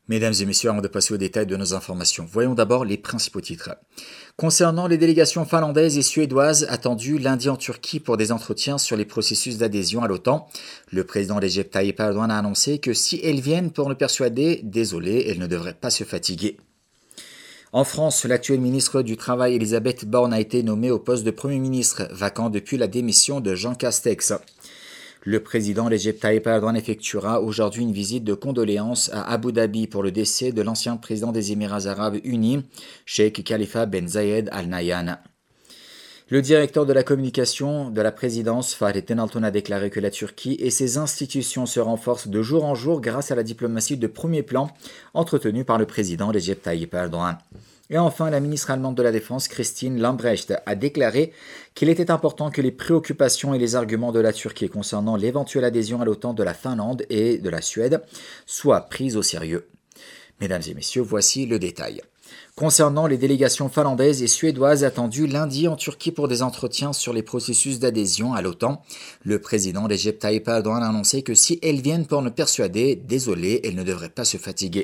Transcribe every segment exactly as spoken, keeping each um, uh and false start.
Mesdames et messieurs, avant de passer aux détails de nos informations, voyons d'abord les principaux titres. Concernant les délégations finlandaises et suédoises attendues lundi en Turquie pour des entretiens sur les processus d'adhésion à l'OTAN, le président Recep Tayyip Erdogan a annoncé que si elles viennent pour le persuader, désolé, elles ne devraient pas se fatiguer. En France, l'actuelle ministre du Travail Elisabeth Borne a été nommée au poste de Premier ministre, vacant depuis la démission de Jean Castex. Le président Recep Tayyip Erdogan effectuera aujourd'hui une visite de condoléances à Abu Dhabi pour le décès de l'ancien président des Émirats arabes unis, Sheikh Khalifa Ben Zayed Al Nahyan. Le directeur de la communication de la présidence, Fahrettin Altun, a déclaré que la Turquie et ses institutions se renforcent de jour en jour grâce à la diplomatie de premier plan entretenue par le président Recep Tayyip Erdogan. Et enfin, la ministre allemande de la Défense, Christine Lambrecht, a déclaré qu'il était important que les préoccupations et les arguments de la Turquie concernant l'éventuelle adhésion à l'OTAN de la Finlande et de la Suède soient pris au sérieux. Mesdames et messieurs, voici le détail. Concernant les délégations finlandaises et suédoises attendues lundi en Turquie pour des entretiens sur les processus d'adhésion à l'OTAN, le président Recep Tayyip Erdogan a annoncé que si elles viennent pour nous persuader, désolé, elles ne devraient pas se fatiguer.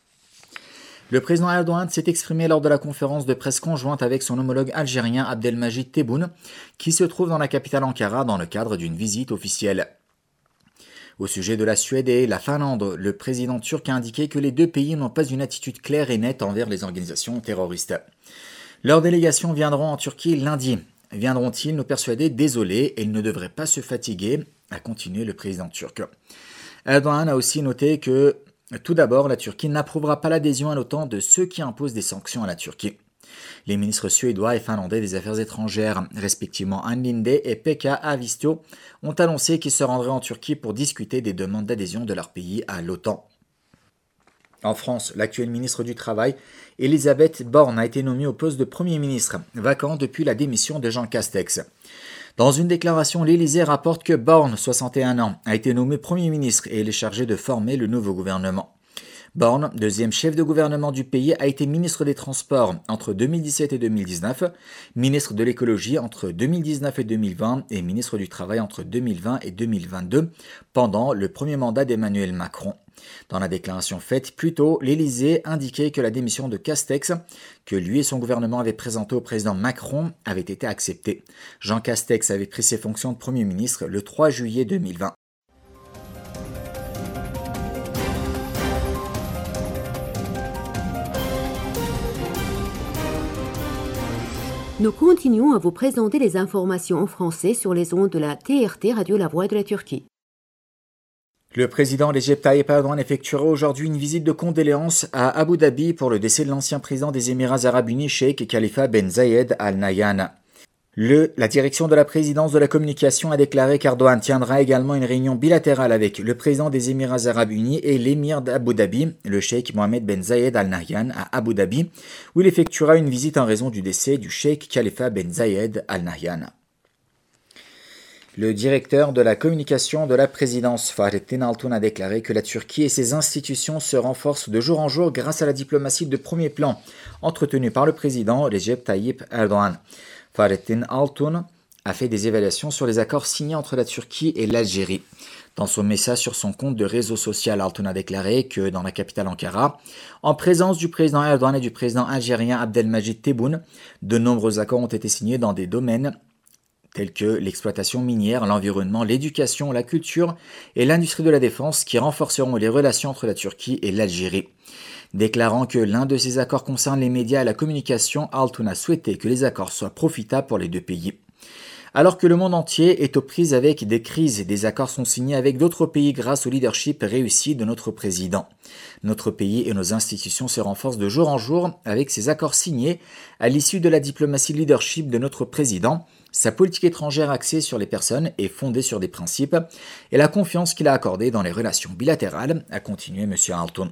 Le président Erdogan s'est exprimé lors de la conférence de presse conjointe avec son homologue algérien Abdelmajid Tebboune, qui se trouve dans la capitale Ankara dans le cadre d'une visite officielle. Au sujet de la Suède et la Finlande, le président turc a indiqué que les deux pays n'ont pas une attitude claire et nette envers les organisations terroristes. Leurs délégations viendront en Turquie lundi. Viendront-ils nous persuader, désolé, ils ne devraient pas se fatiguer, a continué le président turc. Erdogan a aussi noté que tout d'abord, la Turquie n'approuvera pas l'adhésion à l'OTAN de ceux qui imposent des sanctions à la Turquie. Les ministres suédois et finlandais des Affaires étrangères, respectivement Ann Linde et Pekka Haavisto, ont annoncé qu'ils se rendraient en Turquie pour discuter des demandes d'adhésion de leur pays à l'OTAN. En France, l'actuelle ministre du Travail, Elisabeth Borne, a été nommée au poste de Premier ministre, vacant depuis la démission de Jean Castex. Dans une déclaration, l'Élysée rapporte que Borne, soixante et un ans, a été nommé Premier ministre et il est chargé de former le nouveau gouvernement. Borne, deuxième chef de gouvernement du pays, a été ministre des Transports entre deux mille dix-sept et deux mille dix-neuf, ministre de l'Écologie entre deux mille dix-neuf et deux mille vingt et ministre du Travail entre deux mille vingt et deux mille vingt-deux, pendant le premier mandat d'Emmanuel Macron. Dans la déclaration faite plus tôt, l'Élysée indiquait que la démission de Castex, que lui et son gouvernement avaient présentée au président Macron, avait été acceptée. Jean Castex avait pris ses fonctions de Premier ministre le trois juillet deux mille vingt. Nous continuons à vous présenter les informations en français sur les ondes de la T R T Radio La Voix de la Turquie. Le président Recep Tayyip Erdogan effectuera aujourd'hui une visite de condoléances à Abu Dhabi pour le décès de l'ancien président des Émirats arabes unis, Sheikh Khalifa Ben Zayed Al Nahyan. Le, la direction de la présidence de la communication a déclaré qu'Erdogan tiendra également une réunion bilatérale avec le président des Émirats arabes unis et l'émir d'Abu Dhabi, le Sheikh Mohammed Ben Zayed Al Nahyan, à Abu Dhabi, où il effectuera une visite en raison du décès du Sheikh Khalifa Ben Zayed Al Nahyan. Le directeur de la communication de la présidence, Fahrettin Altun, a déclaré que la Turquie et ses institutions se renforcent de jour en jour grâce à la diplomatie de premier plan entretenue par le président Recep Tayyip Erdogan. Fahrettin Altun a fait des évaluations sur les accords signés entre la Turquie et l'Algérie. Dans son message sur son compte de réseau social, Altun a déclaré que dans la capitale Ankara, en présence du président Erdogan et du président algérien Abdelmajid Tebboune, de nombreux accords ont été signés dans des domaines tels que l'exploitation minière, l'environnement, l'éducation, la culture et l'industrie de la défense qui renforceront les relations entre la Turquie et l'Algérie. Déclarant que l'un de ces accords concerne les médias et la communication, Altun a souhaité que les accords soient profitables pour les deux pays. Alors que le monde entier est aux prises avec des crises, des accords sont signés avec d'autres pays grâce au leadership réussi de notre président. Notre pays et nos institutions se renforcent de jour en jour avec ces accords signés à l'issue de la diplomatie leadership de notre président. Sa politique étrangère axée sur les personnes est fondée sur des principes et la confiance qu'il a accordée dans les relations bilatérales, a continué M. Altun.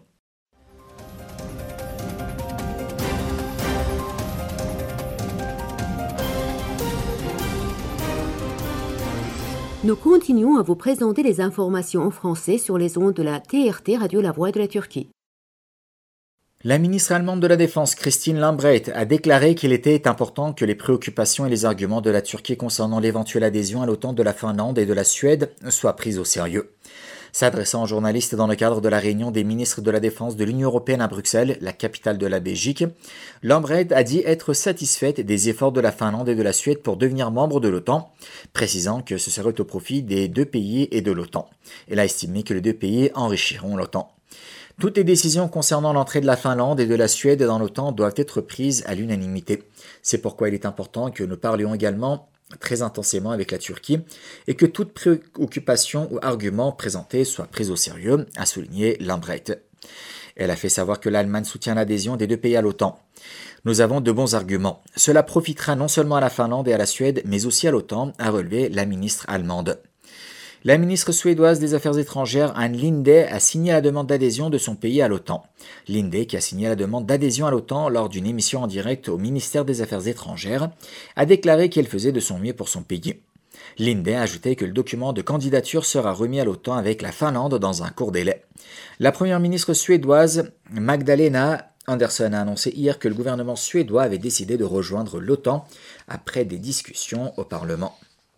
Nous continuons à vous présenter les informations en français sur les ondes de la T R T Radio La Voix de la Turquie. La ministre allemande de la Défense, Christine Lambrecht, a déclaré qu'il était important que les préoccupations et les arguments de la Turquie concernant l'éventuelle adhésion à l'OTAN de la Finlande et de la Suède soient pris au sérieux. S'adressant aux journalistes dans le cadre de la réunion des ministres de la Défense de l'Union européenne à Bruxelles, la capitale de la Belgique, Lambrecht a dit être satisfaite des efforts de la Finlande et de la Suède pour devenir membres de l'OTAN, précisant que ce serait au profit des deux pays et de l'OTAN. Elle a estimé que les deux pays enrichiront l'OTAN. Toutes les décisions concernant l'entrée de la Finlande et de la Suède dans l'OTAN doivent être prises à l'unanimité. C'est pourquoi il est important que nous parlions également très intensément avec la Turquie et que toute préoccupation ou argument présenté soit pris au sérieux, a souligné Lambrecht. Elle a fait savoir que l'Allemagne soutient l'adhésion des deux pays à l'OTAN. Nous avons de bons arguments. Cela profitera non seulement à la Finlande et à la Suède, mais aussi à l'OTAN, a relevé la ministre allemande. La ministre suédoise des Affaires étrangères, Ann Linde, a signé la demande d'adhésion de son pays à l'OTAN. Linde, qui a signé la demande d'adhésion à l'OTAN lors d'une émission en direct au ministère des Affaires étrangères, a déclaré qu'elle faisait de son mieux pour son pays. Linde a ajouté que le document de candidature sera remis à l'OTAN avec la Finlande dans un court délai. La première ministre suédoise, Magdalena Andersson, a annoncé hier que le gouvernement suédois avait décidé de rejoindre l'OTAN après des discussions au Parlement.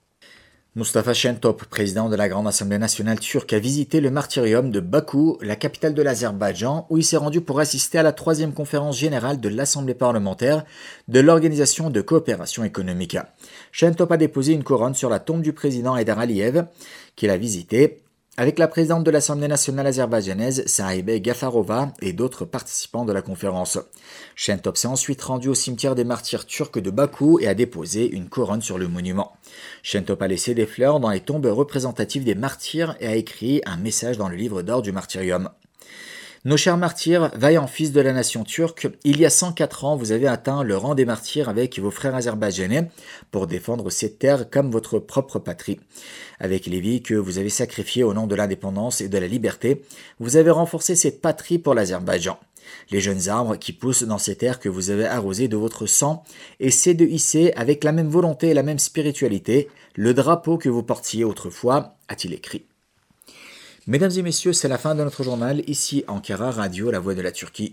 Mustafa Şentop, président de la Grande Assemblée nationale turque, a visité le martyrium de Bakou, la capitale de l'Azerbaïdjan, où il s'est rendu pour assister à la troisième conférence générale de l'Assemblée parlementaire de l'Organisation de coopération économique. Şentop a déposé une couronne sur la tombe du président Heydar Aliyev, qu'il a visité, avec la présidente de l'Assemblée nationale azerbaïdjanaise, Sahibe Gafarova, et d'autres participants de la conférence. Şentop s'est ensuite rendu au cimetière des martyrs turcs de Bakou et a déposé une couronne sur le monument. Şentop a laissé des fleurs dans les tombes représentatives des martyrs et a écrit un message dans le livre d'or du martyrium. Nos chers martyrs, vaillants fils de la nation turque, il y a cent quatre ans, vous avez atteint le rang des martyrs avec vos frères azerbaïdjanais pour défendre cette terre comme votre propre patrie. Avec les vies que vous avez sacrifiées au nom de l'indépendance et de la liberté, vous avez renforcé cette patrie pour l'Azerbaïdjan. Les jeunes arbres qui poussent dans ces terres que vous avez arrosées de votre sang essaient de hisser avec la même volonté et la même spiritualité le drapeau que vous portiez autrefois, a-t-il écrit. Mesdames et messieurs, c'est la fin de notre journal, ici Ankara Radio, la voix de la Turquie.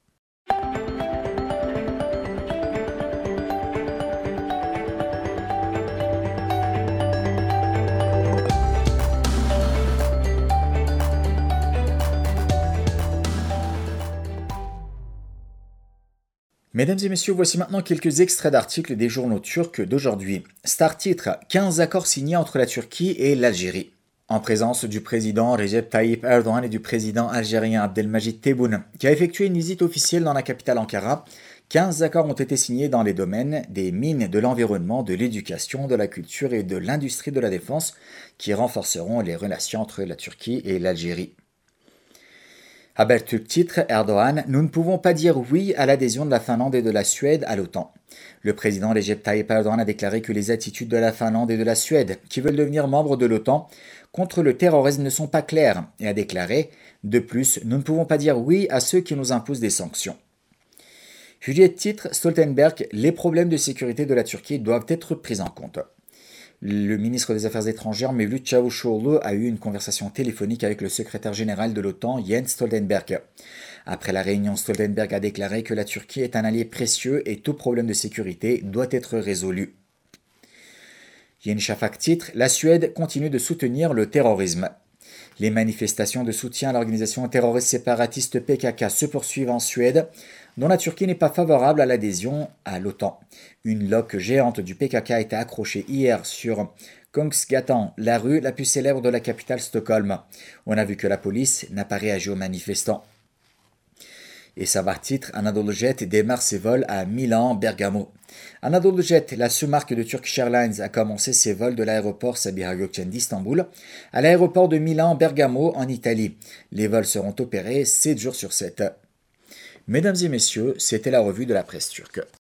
Mesdames et messieurs, voici maintenant quelques extraits d'articles des journaux turcs d'aujourd'hui. Star titre, quinze accords signés entre la Turquie et l'Algérie. En présence du président Recep Tayyip Erdogan et du président algérien Abdelmajid Tebboune, qui a effectué une visite officielle dans la capitale Ankara, quinze accords ont été signés dans les domaines des mines, de l'environnement, de l'éducation, de la culture et de l'industrie de la défense, qui renforceront les relations entre la Turquie et l'Algérie. Haberturk titre, Erdogan, nous ne pouvons pas dire oui à l'adhésion de la Finlande et de la Suède à l'OTAN. Le président Recep Tayyip Erdogan a déclaré que les attitudes de la Finlande et de la Suède, qui veulent devenir membres de l'OTAN, contre le terrorisme ne sont pas claires, et a déclaré « De plus, nous ne pouvons pas dire oui à ceux qui nous imposent des sanctions ». Hürriyet titre, Stoltenberg, les problèmes de sécurité de la Turquie doivent être pris en compte. Le ministre des Affaires étrangères, Mevlut Çavuşoğlu, a eu une conversation téléphonique avec le secrétaire général de l'OTAN, Jens Stoltenberg. Après la réunion, Stoltenberg a déclaré que la Turquie est un allié précieux et tout problème de sécurité doit être résolu. Yeni Şafak titre, la Suède continue de soutenir le terrorisme. Les manifestations de soutien à l'organisation terroriste séparatiste P K K se poursuivent en Suède, dont la Turquie n'est pas favorable à l'adhésion à l'OTAN. Une loque géante du P K K a été accrochée hier sur Kungsgatan, la rue la plus célèbre de la capitale Stockholm. On a vu que la police n'a pas réagi aux manifestants. Et Sabah titre, AnadoluJet démarre ses vols à Milan-Bergamo. AnadoluJet, la sous-marque de Turkish Airlines, a commencé ses vols de l'aéroport Sabiha Gökçen d'Istanbul à l'aéroport de Milan-Bergamo en Italie. Les vols seront opérés sept jours sur sept. Mesdames et messieurs, c'était la revue de la presse turque.